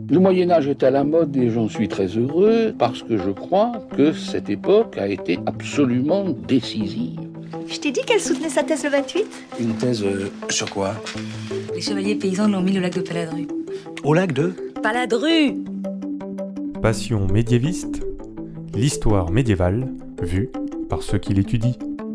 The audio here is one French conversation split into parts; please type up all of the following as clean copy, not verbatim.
Le Moyen-Âge est à la mode et j'en suis très heureux parce que je crois que cette époque a été absolument décisive. Je t'ai dit qu'elle soutenait sa thèse le 28 ? Une thèse sur quoi ? Les chevaliers paysans l'ont mis au lac de Paladru. Au lac de Paladru ! Passion médiéviste, l'histoire médiévale vue par ceux qui l'étudient.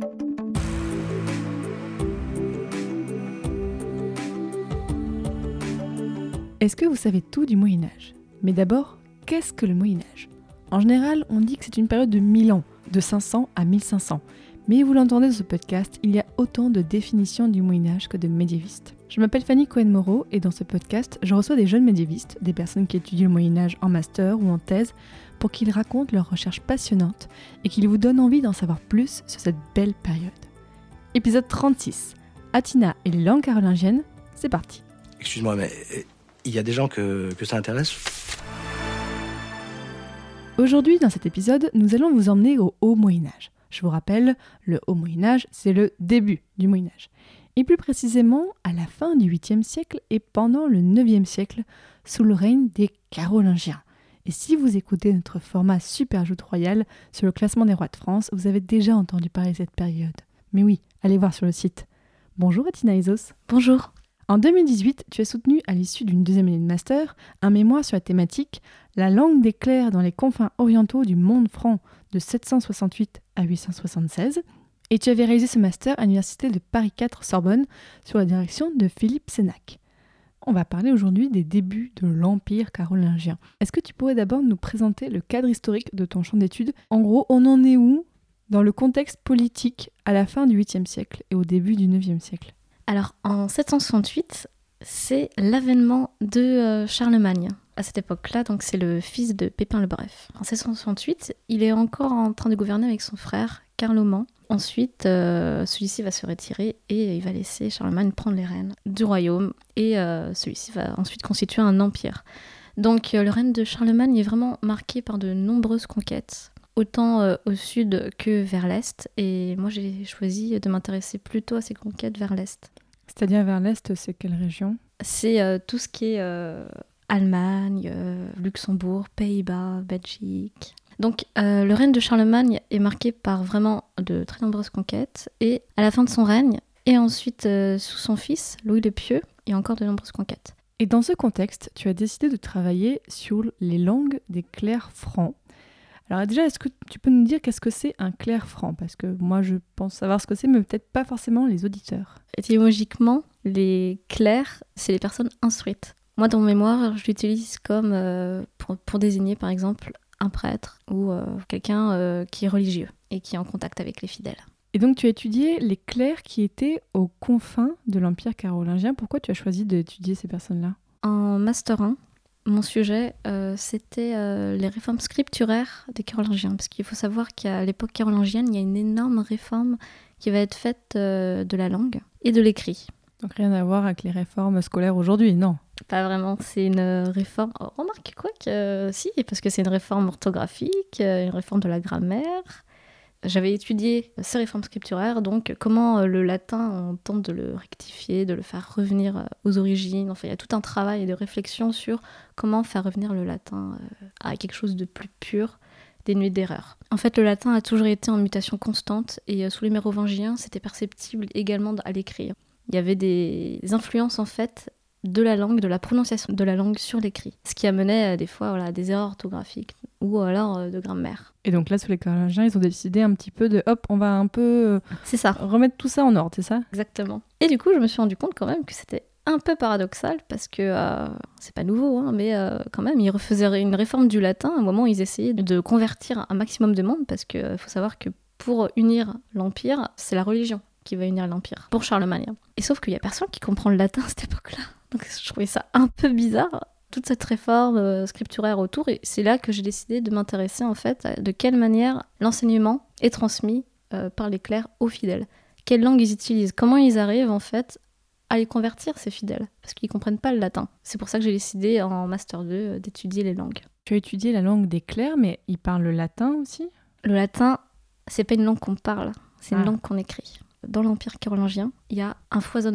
Est-ce que vous savez tout du Moyen-Âge ? Mais d'abord, qu'est-ce que le Moyen-Âge ? En général, on dit que c'est une période de 1000 ans, de 500 à 1500. Mais vous l'entendez dans ce podcast, il y a autant de définitions du Moyen-Âge que de médiévistes. Je m'appelle Fanny Cohen-Moreau et dans ce podcast, je reçois des jeunes médiévistes, des personnes qui étudient le Moyen-Âge en master ou en thèse, pour qu'ils racontent leurs recherches passionnantes et qu'ils vous donnent envie d'en savoir plus sur cette belle période. Épisode 36. Athina et les langues carolingiennes, c'est parti. Excuse-moi, mais il y a des gens que ça intéresse ? Aujourd'hui, dans cet épisode, nous allons vous emmener au Haut Moyen-Âge. Je vous rappelle, le Haut Moyen-Âge, c'est le début du Moyen-Âge. Et plus précisément, à la fin du 8e siècle et pendant le 9e siècle, sous le règne des Carolingiens. Et si vous écoutez notre format Superjoute Royal sur le classement des rois de France, vous avez déjà entendu parler de cette période. Mais oui, allez voir sur le site. Bonjour Athina Isos. Bonjour. En 2018, tu as soutenu, à l'issue d'une deuxième année de master, un mémoire sur la thématique « La langue des clercs dans les confins orientaux du monde franc de 768 à 876 » et tu avais réalisé ce master à l'université de Paris 4 Sorbonne sur la direction de Philippe Sénac. On va parler aujourd'hui des débuts de l'Empire carolingien. Est-ce que tu pourrais d'abord nous présenter le cadre historique de ton champ d'études ? En gros, on en est où dans le contexte politique à la fin du 8e siècle et au début du 9e siècle ? Alors, en 768, c'est l'avènement de Charlemagne. À cette époque-là, donc c'est le fils de Pépin le Bref. En 768, il est encore en train de gouverner avec son frère, Carloman. Ensuite, celui-ci va se retirer et il va laisser Charlemagne prendre les rênes du royaume. Et celui-ci va ensuite constituer un empire. Donc, le règne de Charlemagne est vraiment marqué par de nombreuses conquêtes, autant au sud que vers l'est. Et moi, j'ai choisi de m'intéresser plutôt à ces conquêtes vers l'est. C'est-à-dire vers l'est, c'est quelle région ? C'est tout ce qui est Allemagne, Luxembourg, Pays-Bas, Belgique. Donc le règne de Charlemagne est marqué par vraiment de très nombreuses conquêtes. Et à la fin de son règne, et ensuite sous son fils, Louis le Pieux, il y a encore de nombreuses conquêtes. Et dans ce contexte, tu as décidé de travailler sur les langues des clercs francs. Alors déjà, est-ce que tu peux nous dire qu'est-ce que c'est un clerc franc ? Parce que moi, je pense savoir ce que c'est, mais peut-être pas forcément les auditeurs. Étymologiquement, les clercs, c'est les personnes instruites. Moi, dans mon mémoire, je l'utilise comme pour désigner, par exemple, un prêtre ou quelqu'un qui est religieux et qui est en contact avec les fidèles. Et donc, tu as étudié les clercs qui étaient aux confins de l'Empire carolingien. Pourquoi tu as choisi d'étudier ces personnes-là ? En Master 1, mon sujet, c'était les réformes scripturaires des Carolingiens. Parce qu'il faut savoir qu'à l'époque carolingienne, il y a une énorme réforme qui va être faite de la langue et de l'écrit. Donc rien à voir avec les réformes scolaires aujourd'hui, non ? Pas vraiment, c'est une réforme... Oh, remarque quoi que si, parce que c'est une réforme orthographique, une réforme de la grammaire. J'avais étudié ces réformes scripturaires, donc comment le latin, on tente de le rectifier, de le faire revenir aux origines. Enfin, il y a tout un travail de réflexion sur comment faire revenir le latin à quelque chose de plus pur, dénué d'erreurs. En fait, le latin a toujours été en mutation constante, et sous les mérovingiens, c'était perceptible également à l'écrit. Il y avait des influences, en fait, de la langue, de la prononciation de la langue sur l'écrit. Ce qui amenait des fois à des erreurs orthographiques ou alors de grammaire. Et donc là, sous les Carolingiens, ils ont décidé un petit peu de hop, on va un peu c'est ça. Remettre tout ça en ordre, c'est ça ? Exactement. Et du coup, je me suis rendu compte quand même que c'était un peu paradoxal parce que c'est pas nouveau, hein, mais quand même, ils refaisaient une réforme du latin à un moment où ils essayaient de convertir un maximum de monde parce qu'il faut savoir que pour unir l'Empire, c'est la religion qui va unir l'Empire, pour Charlemagne. Et sauf qu'il y a personne qui comprend le latin à cette époque-là. Donc je trouvais ça un peu bizarre, toute cette réforme scripturaire autour, et c'est là que j'ai décidé de m'intéresser en fait à de quelle manière l'enseignement est transmis par les clercs aux fidèles. Quelle langue ils utilisent, comment ils arrivent en fait à les convertir ces fidèles, parce qu'ils ne comprennent pas le latin. C'est pour ça que j'ai décidé en Master 2 d'étudier les langues. Tu as étudié la langue des clercs, mais ils parlent le latin aussi ? Le latin, c'est pas une langue qu'on parle, c'est une langue qu'on écrit. Dans l'Empire carolingien, il y a un foisonnement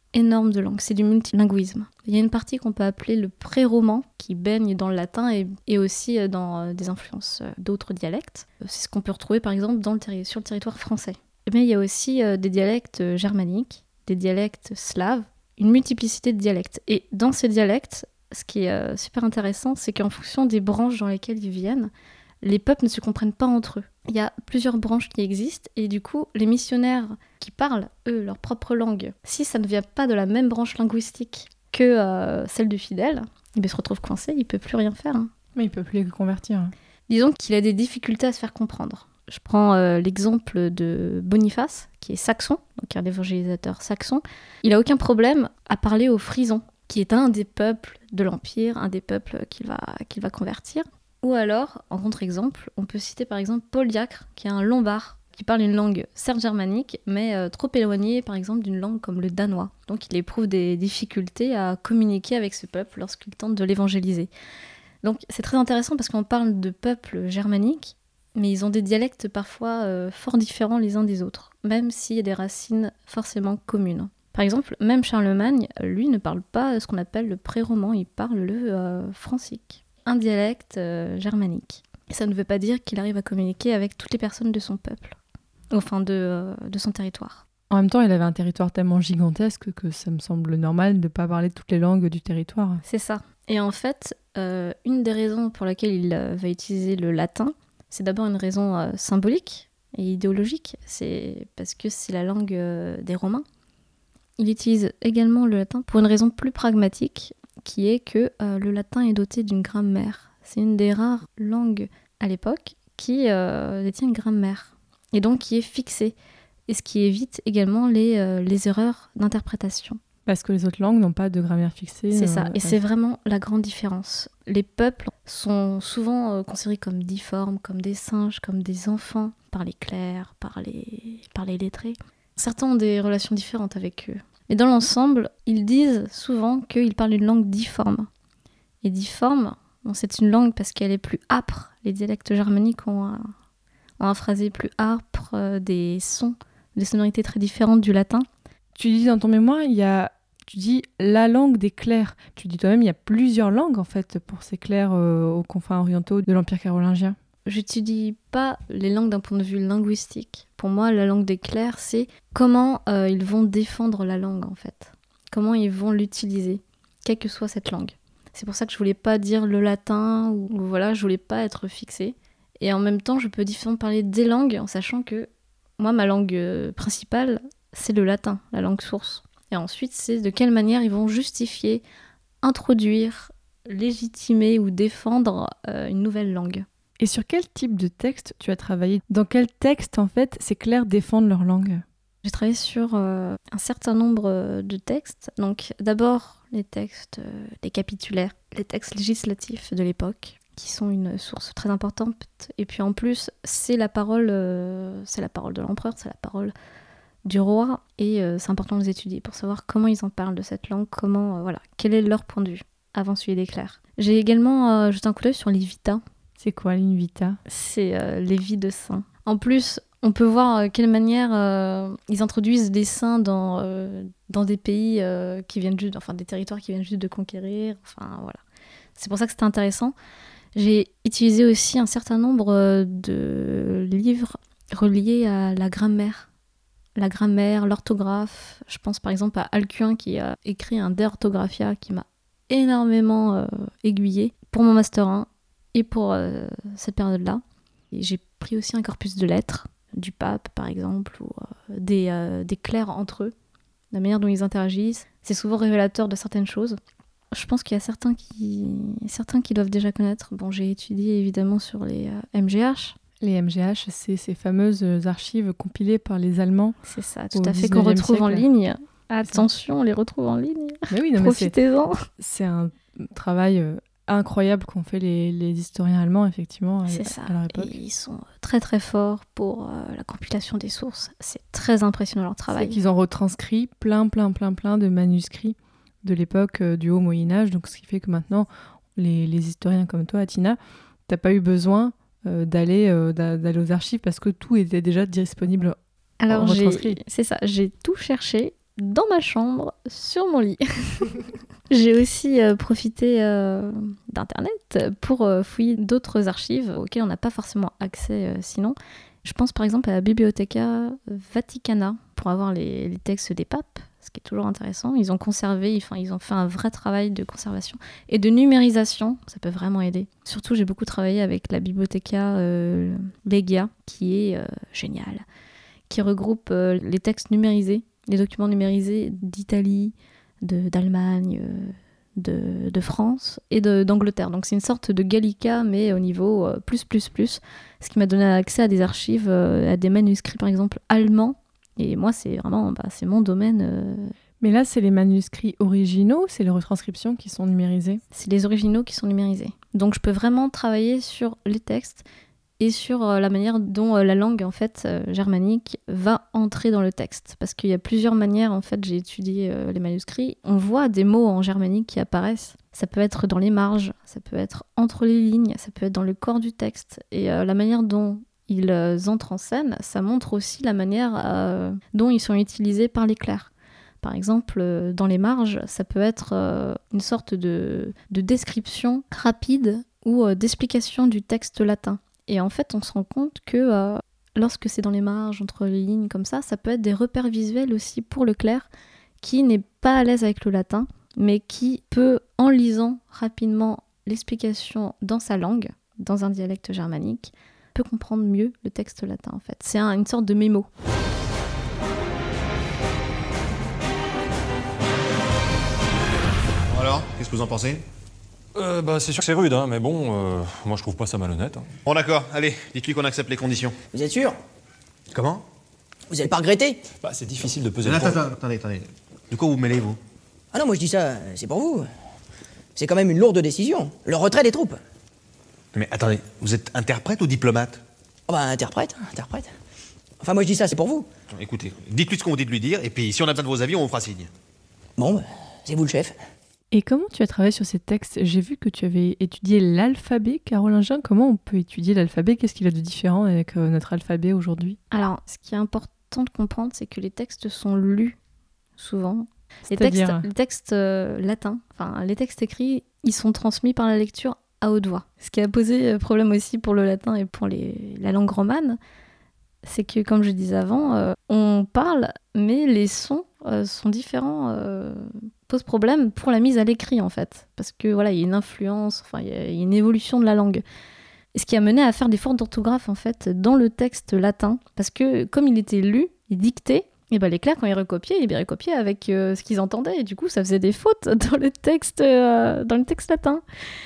énorme de langues, c'est du multilinguisme. Il y a une partie qu'on peut appeler le pré-roman, qui baigne dans le latin et aussi dans des influences d'autres dialectes. C'est ce qu'on peut retrouver par exemple sur le territoire français. Mais il y a aussi des dialectes germaniques, des dialectes slaves, une multiplicité de dialectes. Et dans ces dialectes, ce qui est super intéressant, c'est qu'en fonction des branches dans lesquelles ils viennent, les peuples ne se comprennent pas entre eux. Il y a plusieurs branches qui existent et du coup, les missionnaires qui parlent, eux, leur propre langue, si ça ne vient pas de la même branche linguistique que celle du fidèle, il se retrouve coincé, il ne peut plus rien faire. Hein. Mais il ne peut plus les convertir. Disons qu'il a des difficultés à se faire comprendre. Je prends l'exemple de Boniface, qui est saxon, donc un évangélisateur saxon. Il n'a aucun problème à parler aux Frisons, qui est un des peuples de l'Empire, un des peuples qu'il va convertir. Ou alors, en contre-exemple, on peut citer par exemple Paul Diacre, qui est un lombard, qui parle une langue certes germanique, mais trop éloignée par exemple d'une langue comme le danois. Donc il éprouve des difficultés à communiquer avec ce peuple lorsqu'il tente de l'évangéliser. Donc c'est très intéressant parce qu'on parle de peuples germaniques, mais ils ont des dialectes parfois fort différents les uns des autres, même s'il y a des racines forcément communes. Par exemple, même Charlemagne, lui, ne parle pas ce qu'on appelle le pré-roman, il parle le francique. Un dialecte germanique. Et ça ne veut pas dire qu'il arrive à communiquer avec toutes les personnes de son peuple, enfin de son territoire. En même temps, il avait un territoire tellement gigantesque que ça me semble normal de ne pas parler toutes les langues du territoire. C'est ça. Et en fait, une des raisons pour laquelle il va utiliser le latin, c'est d'abord une raison symbolique et idéologique. C'est parce que c'est la langue des Romains. Il utilise également le latin pour une raison plus pragmatique, qui est que le latin est doté d'une grammaire. C'est une des rares langues à l'époque qui détient une grammaire, et donc qui est fixée, et ce qui évite également les erreurs d'interprétation. Parce que les autres langues n'ont pas de grammaire fixée. C'est ça, et c'est vraiment la grande différence. Les peuples sont souvent considérés comme difformes, comme des singes, comme des enfants, par les clercs, par les lettrés. Certains ont des relations différentes avec eux. Mais dans l'ensemble, ils disent souvent qu'ils parlent une langue difforme. Et difforme, bon, c'est une langue parce qu'elle est plus âpre. Les dialectes germaniques ont un phrasé plus âpre, des sons, des sonorités très différentes du latin. Tu dis dans ton mémoire, tu dis la langue des clercs. Tu dis toi-même, il y a plusieurs langues en fait pour ces clercs aux confins orientaux de l'Empire carolingien. J'étudie pas les langues d'un point de vue linguistique. Pour moi, la langue des clercs, c'est comment ils vont défendre la langue, en fait. Comment ils vont l'utiliser, quelle que soit cette langue. C'est pour ça que je voulais pas dire le latin, ou voilà, je voulais pas être fixée. Et en même temps, je peux différemment parler des langues, en sachant que moi, ma langue principale, c'est le latin, la langue source. Et ensuite, c'est de quelle manière ils vont justifier, introduire, légitimer ou défendre une nouvelle langue. Et sur quel type de texte tu as travaillé ? Dans quel texte, en fait, ces clercs défendent leur langue ? J'ai travaillé sur un certain nombre de textes. Donc, d'abord, les textes, les capitulaires, les textes législatifs de l'époque, qui sont une source très importante. Et puis, en plus, c'est la parole de l'empereur, c'est la parole du roi. Et c'est important de les étudier pour savoir comment ils en parlent de cette langue, quel est leur point de vue avant celui des clercs. J'ai également jeté un coup d'œil sur les vitas. C'est quoi l'Invita ? C'est les vies de saints. En plus, on peut voir quelle manière ils introduisent des saints dans des pays qui viennent juste, des territoires qui viennent juste de conquérir. C'est pour ça que c'était intéressant. J'ai utilisé aussi un certain nombre de livres reliés à la grammaire. La grammaire, l'orthographe. Je pense par exemple à Alcuin qui a écrit un De Orthographia qui m'a énormément aiguillé pour mon Master 1. Et pour cette période-là, j'ai pris aussi un corpus de lettres du pape, par exemple, ou des clercs entre eux, la manière dont ils interagissent. C'est souvent révélateur de certaines choses. Je pense qu'il y a certains qui doivent déjà connaître. Bon, j'ai étudié évidemment sur les MGH. Les MGH, c'est ces fameuses archives compilées par les Allemands. C'est ça, tout à fait, qu'on retrouve en ligne. Attention, on les retrouve en ligne. Mais oui, profitez-en. C'est un travail incroyable qu'ont fait les historiens allemands, effectivement, à leur époque. Et ils sont très très forts pour la compilation des sources. C'est très impressionnant leur travail. C'est qu'ils ont retranscrit plein de manuscrits de l'époque du Haut Moyen-Âge, donc ce qui fait que maintenant, les historiens comme toi, Atina, t'as pas eu besoin d'aller aux archives parce que tout était déjà disponible. Alors c'est ça, j'ai tout cherché. dans ma chambre, sur mon lit. J'ai aussi profité d'Internet pour fouiller d'autres archives auxquelles on n'a pas forcément accès sinon. Je pense par exemple à la Bibliotheca Vaticana pour avoir les textes des papes, ce qui est toujours intéressant. Ils ont conservé, ils ont fait un vrai travail de conservation et de numérisation, ça peut vraiment aider. Surtout, j'ai beaucoup travaillé avec la Bibliotheca Legia, qui est géniale, qui regroupe les textes numérisés, les documents numérisés d'Italie, d'Allemagne, de France et d'Angleterre. Donc c'est une sorte de Gallica, mais au niveau plus, ce qui m'a donné accès à des archives, à des manuscrits par exemple allemands. Et moi, c'est vraiment c'est mon domaine. Mais là, c'est les manuscrits originaux, c'est les retranscriptions qui sont numérisées? C'est les originaux qui sont numérisés. Donc je peux vraiment travailler sur les textes et sur la manière dont la langue en fait germanique va entrer dans le texte. Parce qu'il y a plusieurs manières, en fait, j'ai étudié les manuscrits. On voit des mots en germanique qui apparaissent. Ça peut être dans les marges, ça peut être entre les lignes, ça peut être dans le corps du texte. Et la manière dont ils entrent en scène, ça montre aussi la manière dont ils sont utilisés par les clercs. Par exemple, dans les marges, ça peut être une sorte de description rapide ou d'explication du texte latin. Et en fait, on se rend compte que lorsque c'est dans les marges, entre les lignes comme ça peut être des repères visuels aussi pour le clerc qui n'est pas à l'aise avec le latin, mais qui peut, en lisant rapidement l'explication dans sa langue, dans un dialecte germanique, peut comprendre mieux le texte latin en fait. C'est une sorte de mémo. Bon alors, qu'est-ce que vous en pensez ? C'est sûr que c'est rude, hein, mais bon, moi je trouve pas ça malhonnête. Hein. Bon d'accord, allez, dites-lui qu'on accepte les conditions. Vous êtes sûr ? Comment ? Vous allez pas regretter ? C'est difficile de peser Attendez. De quoi vous mêlez, vous ? Ah non, moi je dis ça, c'est pour vous. C'est quand même une lourde décision. Le retrait des troupes. Mais attendez, vous êtes interprète ou diplomate ? Oh interprète. Enfin moi je dis ça, c'est pour vous. Écoutez, dites-lui ce qu'on vous dit de lui dire, et puis si on a besoin de vos avis, on vous fera signe. Bon, c'est vous le chef. Et comment tu as travaillé sur ces textes ? J'ai vu que tu avais étudié l'alphabet carolingien. Comment on peut étudier l'alphabet ? Qu'est-ce qu'il a de différent avec notre alphabet aujourd'hui ? Alors, ce qui est important de comprendre, c'est que les textes sont lus souvent. Les textes latins, les textes écrits, ils sont transmis par la lecture à haute voix. Ce qui a posé problème aussi pour le latin et pour la langue romane, c'est que, comme je disais avant, on parle, mais les sons sont différents, posent problème pour la mise à l'écrit, en fait. Parce que, voilà, il y a une influence, il y a une évolution de la langue. Ce qui a mené à faire des fautes d'orthographe, en fait, dans le texte latin. Parce que, comme il était lu et dicté, et les clercs, quand ils recopiaient, ils recopiaient avec ce qu'ils entendaient. Et du coup, ça faisait des fautes dans le texte latin.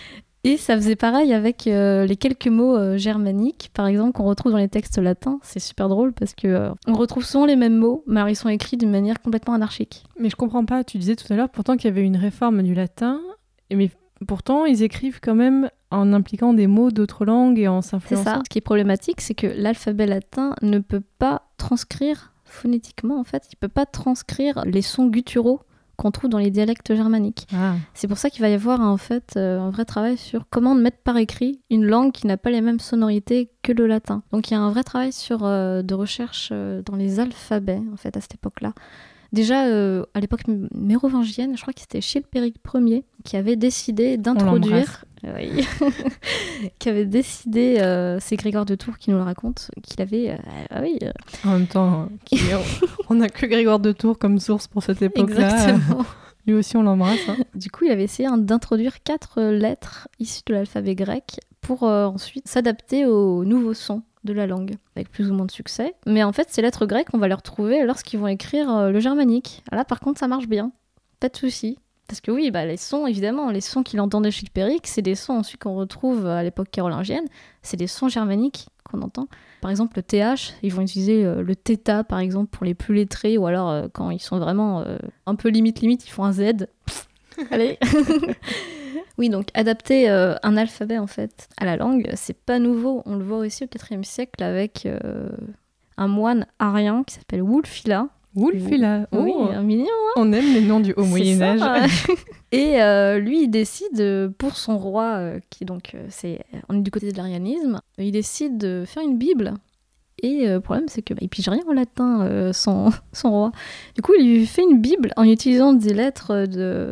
Et ça faisait pareil avec les quelques mots germaniques, par exemple, qu'on retrouve dans les textes latins. C'est super drôle parce que on retrouve souvent les mêmes mots, mais alors ils sont écrits d'une manière complètement anarchique. Mais je comprends pas, tu disais tout à l'heure pourtant qu'il y avait une réforme du latin, mais pourtant ils écrivent quand même en impliquant des mots d'autres langues et en s'influençant. C'est ça. Ce qui est problématique, c'est que l'alphabet latin ne peut pas transcrire phonétiquement, en fait, il peut pas transcrire les sons gutturaux qu'on trouve dans les dialectes germaniques. C'est pour ça qu'il va y avoir en fait un vrai travail sur comment mettre par écrit une langue qui n'a pas les mêmes sonorités que le latin. Donc il y a un vrai travail de recherche dans les alphabets en fait à cette époque-là. Déjà à l'époque mérovingienne, je crois que c'était Chilpéric Ier qui avait décidé d'introduire, qui avait décidé, c'est Grégoire de Tours qui nous le raconte, qu'il avait, En même temps, on n'a que Grégoire de Tours comme source pour cette époque-là. Exactement. Lui aussi, on l'embrasse. Hein. Du coup, il avait essayé d'introduire 4 lettres issues de l'alphabet grec pour ensuite s'adapter aux nouveaux sons de la langue, avec plus ou moins de succès. Mais en fait, ces lettres grecques, on va les retrouver lorsqu'ils vont écrire le germanique. Là, par contre, ça marche bien. Pas de souci. Parce que oui, les sons, évidemment, les sons qu'il entendait chez Chilpéric, c'est des sons ensuite qu'on retrouve à l'époque carolingienne. C'est des sons germaniques qu'on entend. Par exemple, le TH, ils vont utiliser le θ, par exemple, pour les plus lettrés, ou alors quand ils sont vraiment un peu limite, ils font un Z. Allez. Oui, donc adapter un alphabet, en fait, à la langue, c'est pas nouveau. On le voit aussi au IVe siècle avec un moine arien qui s'appelle Wulfila. Wulfila, oui, mignon, hein. On aime les noms du haut Moyen-Âge. Et lui, il décide, pour son roi, qui donc, on est du côté de l'arianisme, il décide de faire une Bible. Et le problème, c'est qu'il pige rien en latin, son roi. Du coup, il lui fait une Bible en utilisant des lettres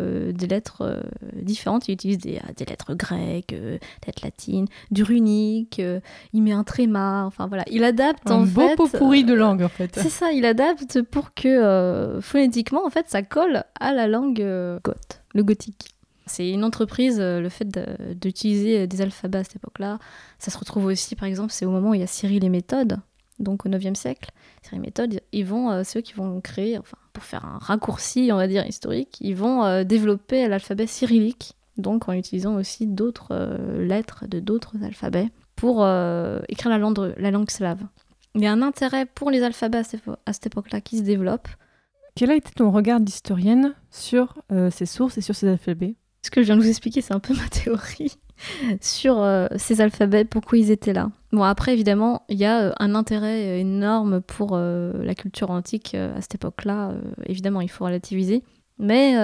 différentes. Il utilise des lettres grecques, des lettres latines, du runique, il met un tréma, enfin voilà. Il adapte un beau pot pourri de langue, en fait. C'est ça, il adapte pour que phonétiquement, en fait, ça colle à la langue goth, le gothique. C'est une entreprise, le fait d'utiliser des alphabets à cette époque-là. Ça se retrouve aussi, par exemple, c'est au moment où il y a Cyril et Méthode, donc au 9e siècle. Cyril et Méthode, c'est eux qui vont créer, enfin, pour faire un raccourci, on va dire, historique, ils vont développer l'alphabet cyrillique, donc en utilisant aussi d'autres lettres de d'autres alphabets pour écrire la langue slave. Il y a un intérêt pour les alphabets à cette époque-là qui se développe. Quel a été ton regard d'historienne sur ces sources et sur ces alphabets ? Ce que je viens de vous expliquer, c'est un peu ma théorie sur ces alphabets, pourquoi ils étaient là. Bon, après, évidemment, il y a un intérêt énorme pour la culture antique à cette époque-là. Évidemment, il faut relativiser. Mais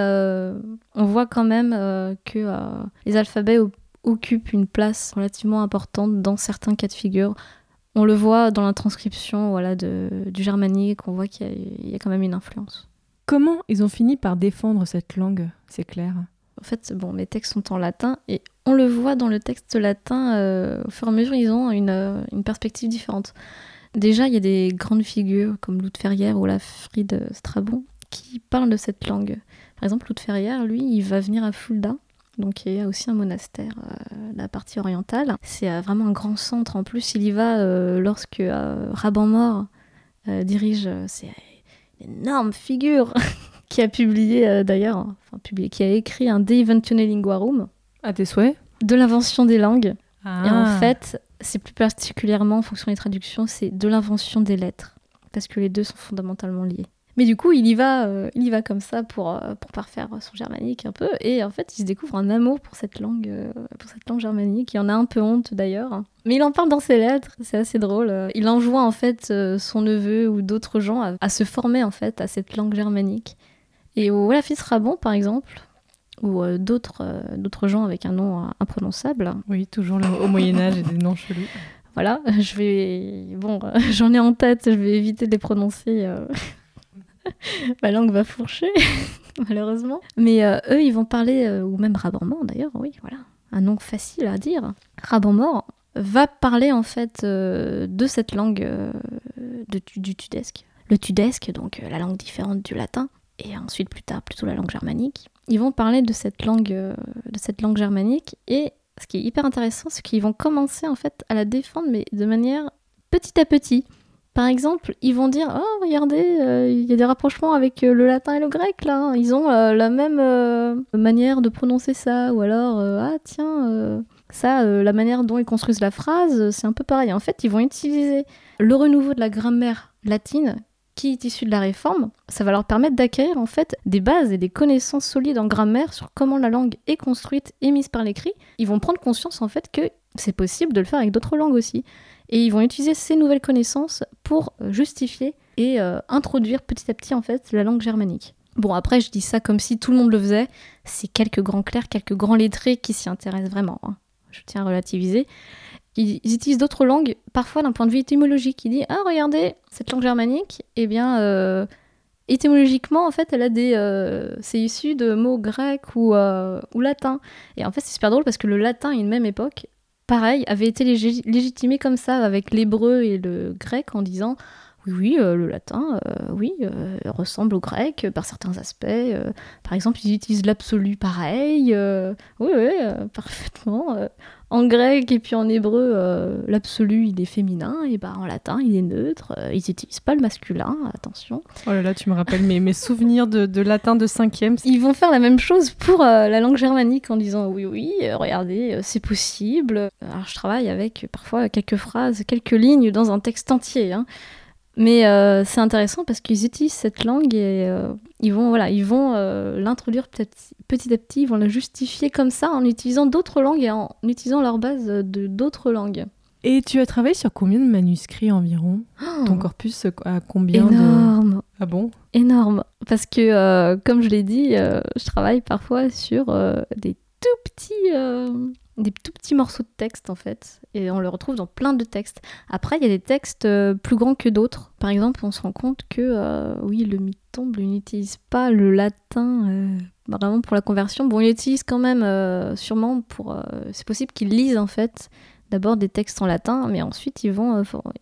on voit quand même que les alphabets occupent une place relativement importante dans certains cas de figure. On le voit dans la transcription du germanique, on voit qu'il y a quand même une influence. Comment ils ont fini par défendre cette langue, c'est clair ? En fait, mes textes sont en latin et on le voit dans le texte latin, au fur et à mesure, ils ont une perspective différente. Déjà, il y a des grandes figures comme Loup de Ferrière ou Lafride Strabon qui parlent de cette langue. Par exemple, Loup de Ferrière, lui, il va venir à Fulda, donc il y a aussi un monastère de la partie orientale. C'est vraiment un grand centre. En plus, il y va lorsque Raban-Mort dirige ces énormes figures qui a publié qui a écrit un De Inventione Linguarum. À tes souhaits. De l'invention des langues. Ah. Et en fait, c'est plus particulièrement, en fonction des traductions, c'est de l'invention des lettres. Parce que les deux sont fondamentalement liés. Mais du coup, il y va comme ça pour parfaire son germanique un peu. Et en fait, il se découvre un amour pour cette langue germanique. Il en a un peu honte d'ailleurs. Mais il en parle dans ses lettres, c'est assez drôle. Il enjoint en fait son neveu ou d'autres gens à se former en fait à cette langue germanique. Et au Lafride Strabon, par exemple, ou d'autres gens avec un nom imprononçable. Oui, toujours au Moyen-Âge et des noms chelous. Voilà, j'en ai en tête, je vais éviter de les prononcer. Ma langue va fourcher, malheureusement. Mais eux, ils vont parler, ou même Raban-Mort d'ailleurs, oui, voilà, un nom facile à dire. Raban-Mort va parler en fait de cette langue du tudesque. Le tudesque, donc la langue différente du latin, et ensuite plus tard plutôt la langue germanique. Ils vont parler de cette langue germanique, et ce qui est hyper intéressant, c'est qu'ils vont commencer en fait à la défendre, mais de manière petit à petit. Par exemple, ils vont dire « Oh, regardez, il y a des rapprochements avec le latin et le grec, là. Ils ont la même manière de prononcer ça. » Ou alors « Ah, tiens, la manière dont ils construisent la phrase, c'est un peu pareil. » En fait, ils vont utiliser le renouveau de la grammaire latine qui est issue de la Réforme. Ça va leur permettre d'acquérir en fait des bases et des connaissances solides en grammaire sur comment la langue est construite et mise par l'écrit. Ils vont prendre conscience en fait que c'est possible de le faire avec d'autres langues aussi. Et ils vont utiliser ces nouvelles connaissances pour justifier et introduire petit à petit en fait la langue germanique. Bon, après, je dis ça comme si tout le monde le faisait. C'est quelques grands clercs, quelques grands lettrés qui s'y intéressent vraiment. Hein. Je tiens à relativiser. Ils utilisent d'autres langues, parfois d'un point de vue étymologique. Ils disent « Ah, regardez, cette langue germanique, eh bien, étymologiquement, en fait, elle a c'est issu de mots grecs ou latins. » Et en fait, c'est super drôle parce que le latin, à une même époque, pareil, avait été légitimé comme ça avec l'hébreu et le grec en disant oui, le latin, ressemble au grec par certains aspects. Par exemple, ils utilisent l'absolu pareil. Oui, parfaitement. En grec et puis en hébreu, l'absolu, il est féminin, et en latin, il est neutre. Ils n'utilisent pas le masculin, attention. Oh là là, tu me rappelles mes souvenirs de latin de 5e. Ils vont faire la même chose pour la langue germanique en disant oui, regardez, c'est possible. Alors, je travaille avec parfois quelques phrases, quelques lignes dans un texte entier, hein. Mais c'est intéressant parce qu'ils utilisent cette langue et ils vont l'introduire petit à petit, ils vont la justifier comme ça en utilisant d'autres langues et en utilisant leur base de d'autres langues. Et tu as travaillé sur combien de manuscrits environ ? Ton corpus a combien Énorme. Ah bon ? Énorme. Parce que, comme je l'ai dit, je travaille parfois sur des tout petits des tout petits morceaux de texte en fait, et on le retrouve dans plein de textes. Après, il y a des textes plus grands que d'autres. Par exemple, on se rend compte que oui, le Mythomble n'utilise pas le latin vraiment pour la conversion. Bon, il utilise quand même sûrement pour... c'est possible qu'ils lisent en fait d'abord des textes en latin, mais ensuite ils vont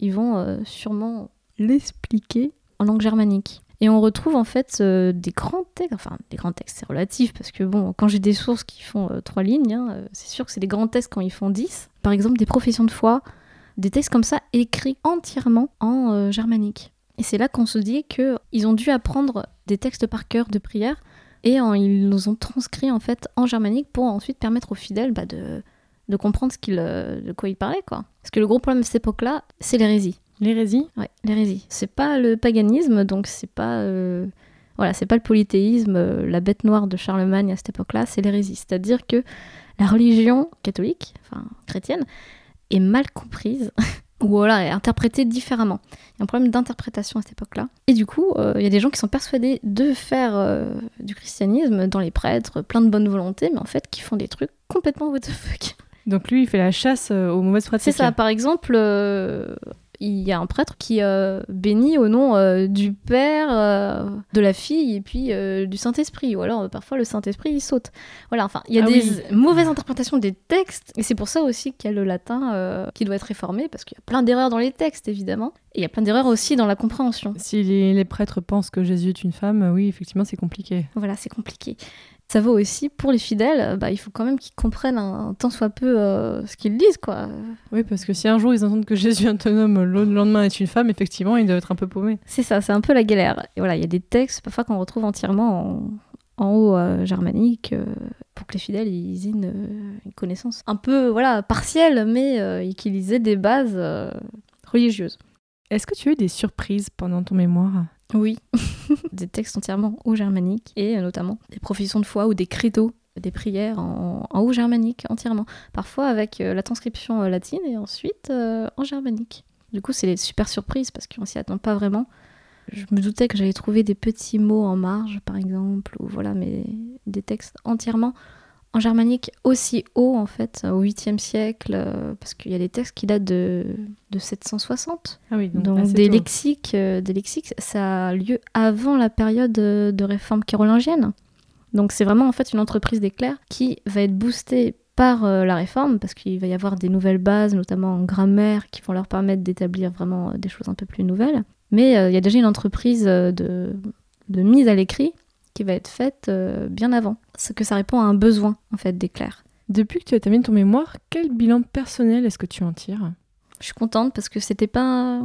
sûrement l'expliquer en langue germanique. Et on retrouve en fait des grands textes, c'est relatif, parce que bon, quand j'ai des sources qui font 3 lignes, c'est sûr que c'est des grands textes quand ils font 10. Par exemple, des professions de foi, des textes comme ça écrits entièrement en germanique. Et c'est là qu'on se dit qu'ils ont dû apprendre des textes par cœur de prière, et ils nous ont transcrits en fait en germanique pour ensuite permettre aux fidèles de comprendre de quoi ils parlaient, quoi. Parce que le gros problème de cette époque-là, c'est l'hérésie. L'hérésie ? Ouais, l'hérésie. C'est pas le paganisme, donc c'est pas le polythéisme, la bête noire de Charlemagne à cette époque-là, c'est l'hérésie. C'est-à-dire que la religion catholique, enfin chrétienne, est mal comprise ou est interprétée différemment. Il y a un problème d'interprétation à cette époque-là. Et du coup, il y a des gens qui sont persuadés de faire du christianisme dans les prêtres, plein de bonne volonté, mais en fait qui font des trucs complètement what the fuck. Donc lui, il fait la chasse aux mauvaises pratiques. C'est ça, par exemple... il y a un prêtre qui bénit au nom du Père, de la Fille et puis du Saint-Esprit. Ou alors, parfois, le Saint-Esprit, il saute. Voilà, enfin, il y a mauvaises interprétations des textes. Et c'est pour ça aussi qu'il y a le latin qui doit être réformé, parce qu'il y a plein d'erreurs dans les textes, évidemment. Et il y a plein d'erreurs aussi dans la compréhension. Si les prêtres pensent que Jésus est une femme, oui, effectivement, c'est compliqué. Voilà, c'est compliqué. Ça vaut aussi pour les fidèles, il faut quand même qu'ils comprennent un tant soit peu ce qu'ils disent, quoi. Oui, parce que si un jour ils entendent que Jésus est un homme, le lendemain est une femme, effectivement, ils doivent être un peu paumés. C'est ça, c'est un peu la galère. Et voilà, il y a des textes parfois qu'on retrouve entièrement en haut germanique pour que les fidèles ils aient une connaissance un peu partielle, mais qu'ils aient des bases religieuses. Est-ce que tu as eu des surprises pendant ton mémoire ? Oui, des textes entièrement haut germanique et notamment des professions de foi ou des credos, des prières en haut germanique entièrement. Parfois avec la transcription latine et ensuite en germanique. Du coup, c'est des super surprises parce qu'on s'y attend pas vraiment. Je me doutais que j'allais trouver des petits mots en marge, par exemple, ou mais des textes entièrement en germanique aussi haut, en fait, au 8e siècle, parce qu'il y a des textes qui datent de 760. Ah oui, donc des lexiques, ça a lieu avant la période de réforme carolingienne. Donc c'est vraiment en fait une entreprise des clercs qui va être boostée par la réforme, parce qu'il va y avoir des nouvelles bases, notamment en grammaire, qui vont leur permettre d'établir vraiment des choses un peu plus nouvelles. Mais il y a déjà une entreprise de mise à l'écrit qui va être faite bien avant. C'est que ça répond à un besoin, en fait, des clercs. Depuis que tu as terminé ton mémoire, quel bilan personnel est-ce que tu en tires ? Je suis contente parce que c'est pas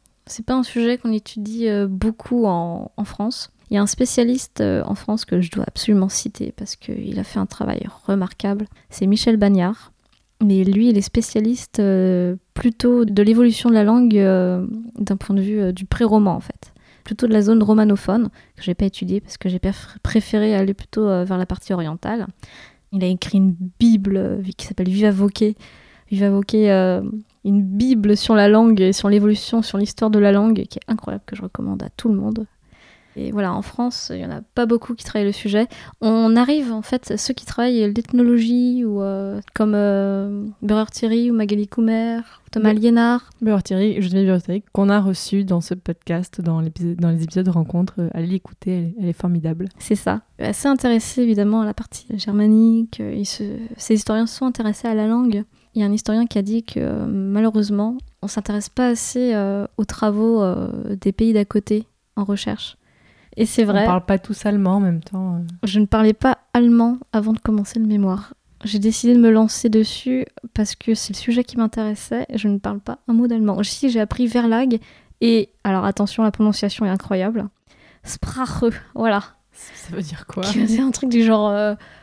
un sujet qu'on étudie beaucoup en France. Il y a un spécialiste en France que je dois absolument citer parce qu'il a fait un travail remarquable. C'est Michel Bagnard. Mais lui, il est spécialiste plutôt de l'évolution de la langue d'un point de vue du pré-roman, en fait. Plutôt de la zone romanophone, que je n'ai pas étudiée parce que j'ai préféré aller plutôt vers la partie orientale. Il a écrit une Bible qui s'appelle Viva Voce. Viva Voce, une Bible sur la langue et sur l'évolution, sur l'histoire de la langue, qui est incroyable, que je recommande à tout le monde. Et voilà, en France, il n'y en a pas beaucoup qui travaillent le sujet. On arrive, en fait, ceux qui travaillent l'ethnologie, ou comme Börre-Thierry ou Magali Coumer, Thomas Liénard. Börre-Thierry, Geneviève Börre-Thierry, qu'on a reçu dans ce podcast, dans les épisodes de rencontre. Allez l'écouter, elle est formidable. C'est ça. Assez intéressé, évidemment, à la partie germanique. Ces historiens sont intéressés à la langue. Il y a un historien qui a dit que, malheureusement, on ne s'intéresse pas assez aux travaux des pays d'à côté en recherche. Et c'est vrai. On parle pas tous allemand en même temps. Je ne parlais pas allemand avant de commencer le mémoire. J'ai décidé de me lancer dessus parce que c'est le sujet qui m'intéressait. Je ne parle pas un mot d'allemand. Si, j'ai appris Verlag et, alors attention, la prononciation est incroyable. Sprache, voilà. Ça veut dire quoi ? C'est un truc du genre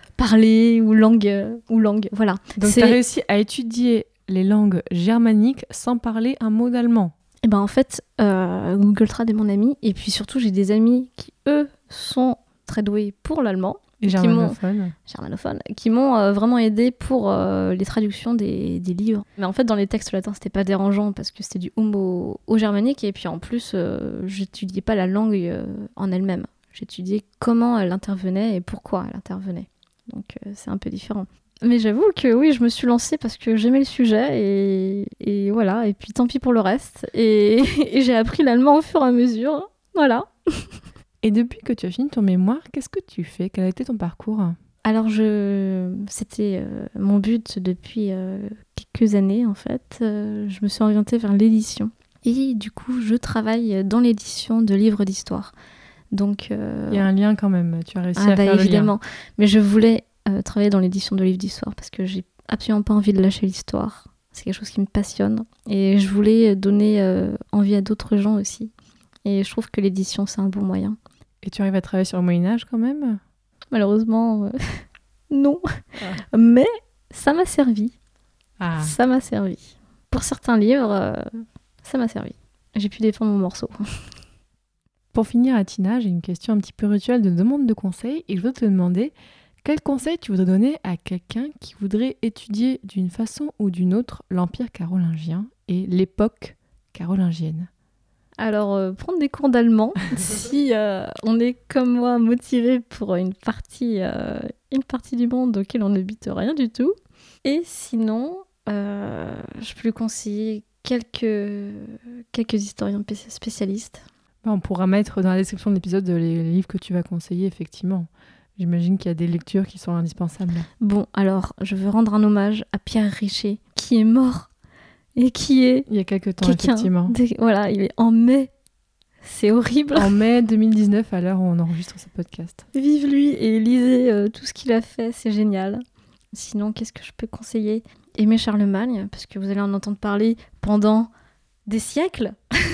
parler ou langue, voilà. Donc tu as réussi à étudier les langues germaniques sans parler un mot d'allemand ? Et ben en fait, Google Trad est mon ami, et puis surtout j'ai des amis qui, eux, sont très doués pour l'allemand. Et germanophones. Qui m'ont vraiment aidé pour les traductions des livres. Mais en fait, dans les textes latins, c'était pas dérangeant, parce que c'était du homo au germanique, et puis en plus, j'étudiais pas la langue en elle-même. J'étudiais comment elle intervenait et pourquoi elle intervenait. Donc c'est un peu différent. Mais j'avoue que oui, je me suis lancée parce que j'aimais le sujet et voilà. Et puis tant pis pour le reste. Et j'ai appris l'allemand au fur et à mesure. Voilà. Et depuis que tu as fini ton mémoire, qu'est-ce que tu fais ? Quel a été ton parcours ? Alors c'était mon but depuis quelques années en fait. Je me suis orientée vers l'édition. Et du coup, je travaille dans l'édition de livres d'histoire. Donc, il y a un lien quand même, tu as réussi à faire évidemment. le lien. Mais je voulais travailler dans l'édition de livres d'histoire parce que j'ai absolument pas envie de lâcher l'histoire. C'est quelque chose qui me passionne. Et je voulais donner envie à d'autres gens aussi. Et je trouve que l'édition, c'est un bon moyen. Et tu arrives à travailler sur le Moyen-Âge quand même ? Malheureusement, non. Mais ça m'a servi. Ah. Ça m'a servi. Pour certains livres, ça m'a servi. J'ai pu défendre mon morceau. Pour finir, Atina, j'ai une question un petit peu rituelle de demande de conseil et je veux te demander quel conseil tu voudrais donner à quelqu'un qui voudrait étudier d'une façon ou d'une autre l'Empire carolingien et l'époque carolingienne. Alors, prendre des cours d'allemand, si on est comme moi motivé pour une partie du monde auquel on n'habite rien du tout. Et sinon, je peux lui conseiller quelques historiens spécialistes. On pourra mettre dans la description de l'épisode les livres que tu vas conseiller, effectivement. J'imagine qu'il y a des lectures qui sont indispensables. Bon, alors, je veux rendre un hommage à Pierre Richer, qui est mort et qui est... Il y a quelques temps, effectivement. Voilà, il est en mai. C'est horrible. En mai 2019, à l'heure où on enregistre ce podcast. Vive lui et lisez tout ce qu'il a fait, c'est génial. Sinon, qu'est-ce que je peux conseiller ? Aimez Charlemagne, parce que vous allez en entendre parler pendant des siècles.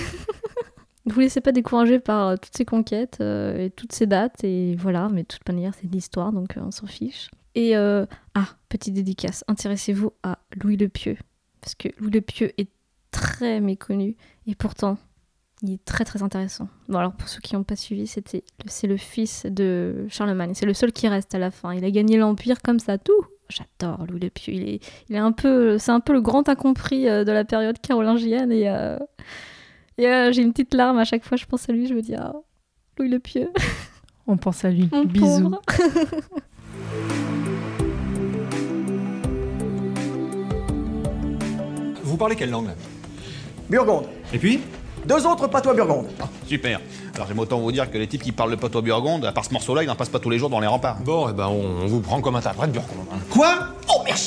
Ne vous laissez pas décourager par toutes ces conquêtes et toutes ces dates. Et voilà, mais de toute manière, c'est de l'histoire, donc on s'en fiche. Et, petite dédicace, intéressez-vous à Louis le Pieux. Parce que Louis le Pieux est très méconnu. Et pourtant, il est très très intéressant. Bon, alors pour ceux qui n'ont pas suivi, c'est le fils de Charlemagne. C'est le seul qui reste à la fin. Il a gagné l'Empire comme ça, tout. J'adore Louis le Pieux. C'est un peu le grand incompris de la période carolingienne. Et j'ai une petite larme à chaque fois je pense à lui. Je me dis, Louis le Pieux. On pense à lui. Mon Bisous. pauvre. Vous parlez quelle langue là ? Burgonde. Et puis ? 2 autres patois burgondes. Ah, super. Alors j'aime autant vous dire que les types qui parlent le patois burgonde, à part ce morceau-là, ils n'en passent pas tous les jours dans les remparts. Bon, eh ben on vous prend comme interprète burgonde. Hein. Quoi ? Oh, merci.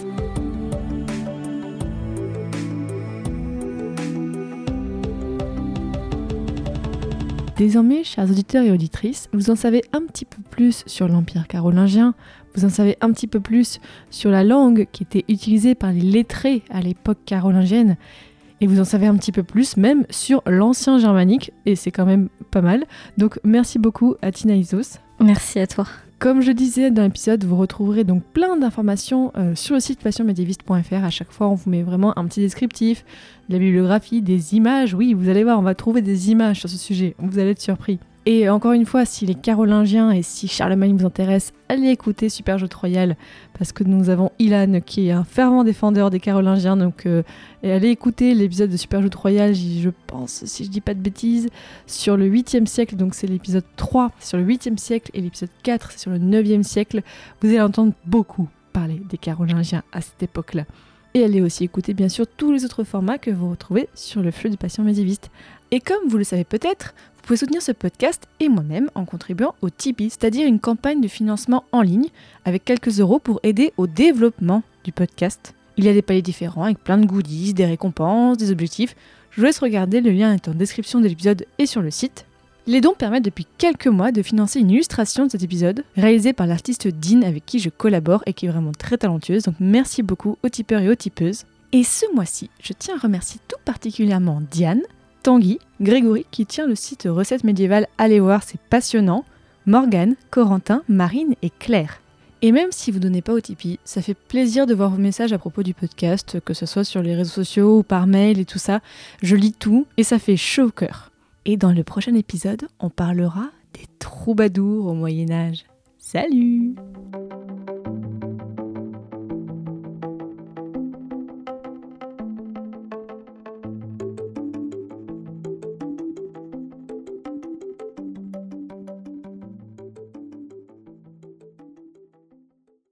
Désormais, chers auditeurs et auditrices, vous en savez un petit peu plus sur l'Empire carolingien, vous en savez un petit peu plus sur la langue qui était utilisée par les lettrés à l'époque carolingienne, et vous en savez un petit peu plus même sur l'ancien germanique, et c'est quand même pas mal. Donc merci beaucoup Atina Isos. Merci à toi. Comme je disais dans l'épisode, vous retrouverez donc plein d'informations sur le site passionmedieviste.fr. À chaque fois, on vous met vraiment un petit descriptif, de la bibliographie, des images. Oui, vous allez voir, on va trouver des images sur ce sujet. Vous allez être surpris. Et encore une fois, si les Carolingiens et si Charlemagne vous intéressent, allez écouter Super Jeu Royal, parce que nous avons Ilan qui est un fervent défendeur des Carolingiens, donc et allez écouter l'épisode de Super Jeu Royal, je pense, si je dis pas de bêtises, sur le 8e siècle, donc c'est l'épisode 3 sur le 8e siècle, et l'épisode 4 c'est sur le 9e siècle. Vous allez entendre beaucoup parler des Carolingiens à cette époque-là. Et allez aussi écouter bien sûr tous les autres formats que vous retrouvez sur le flux du Passion médiéviste. Et comme vous le savez peut-être, vous pouvez soutenir ce podcast et moi-même en contribuant au Tipeee, c'est-à-dire une campagne de financement en ligne avec quelques euros pour aider au développement du podcast. Il y a des paliers différents avec plein de goodies, des récompenses, des objectifs. Je vous laisse regarder, le lien est en description de l'épisode et sur le site. Les dons permettent depuis quelques mois de financer une illustration de cet épisode, réalisée par l'artiste Dean avec qui je collabore et qui est vraiment très talentueuse, donc merci beaucoup aux tipeurs et aux tipeuses. Et ce mois-ci, je tiens à remercier tout particulièrement Diane, Tanguy, Grégory qui tient le site Recettes médiévales, allez voir, c'est passionnant, Morgane, Corentin, Marine et Claire. Et même si vous ne donnez pas au Tipeee, ça fait plaisir de voir vos messages à propos du podcast, que ce soit sur les réseaux sociaux ou par mail et tout ça. Je lis tout et ça fait chaud au cœur. Et dans le prochain épisode, on parlera des troubadours au Moyen-Âge. Salut!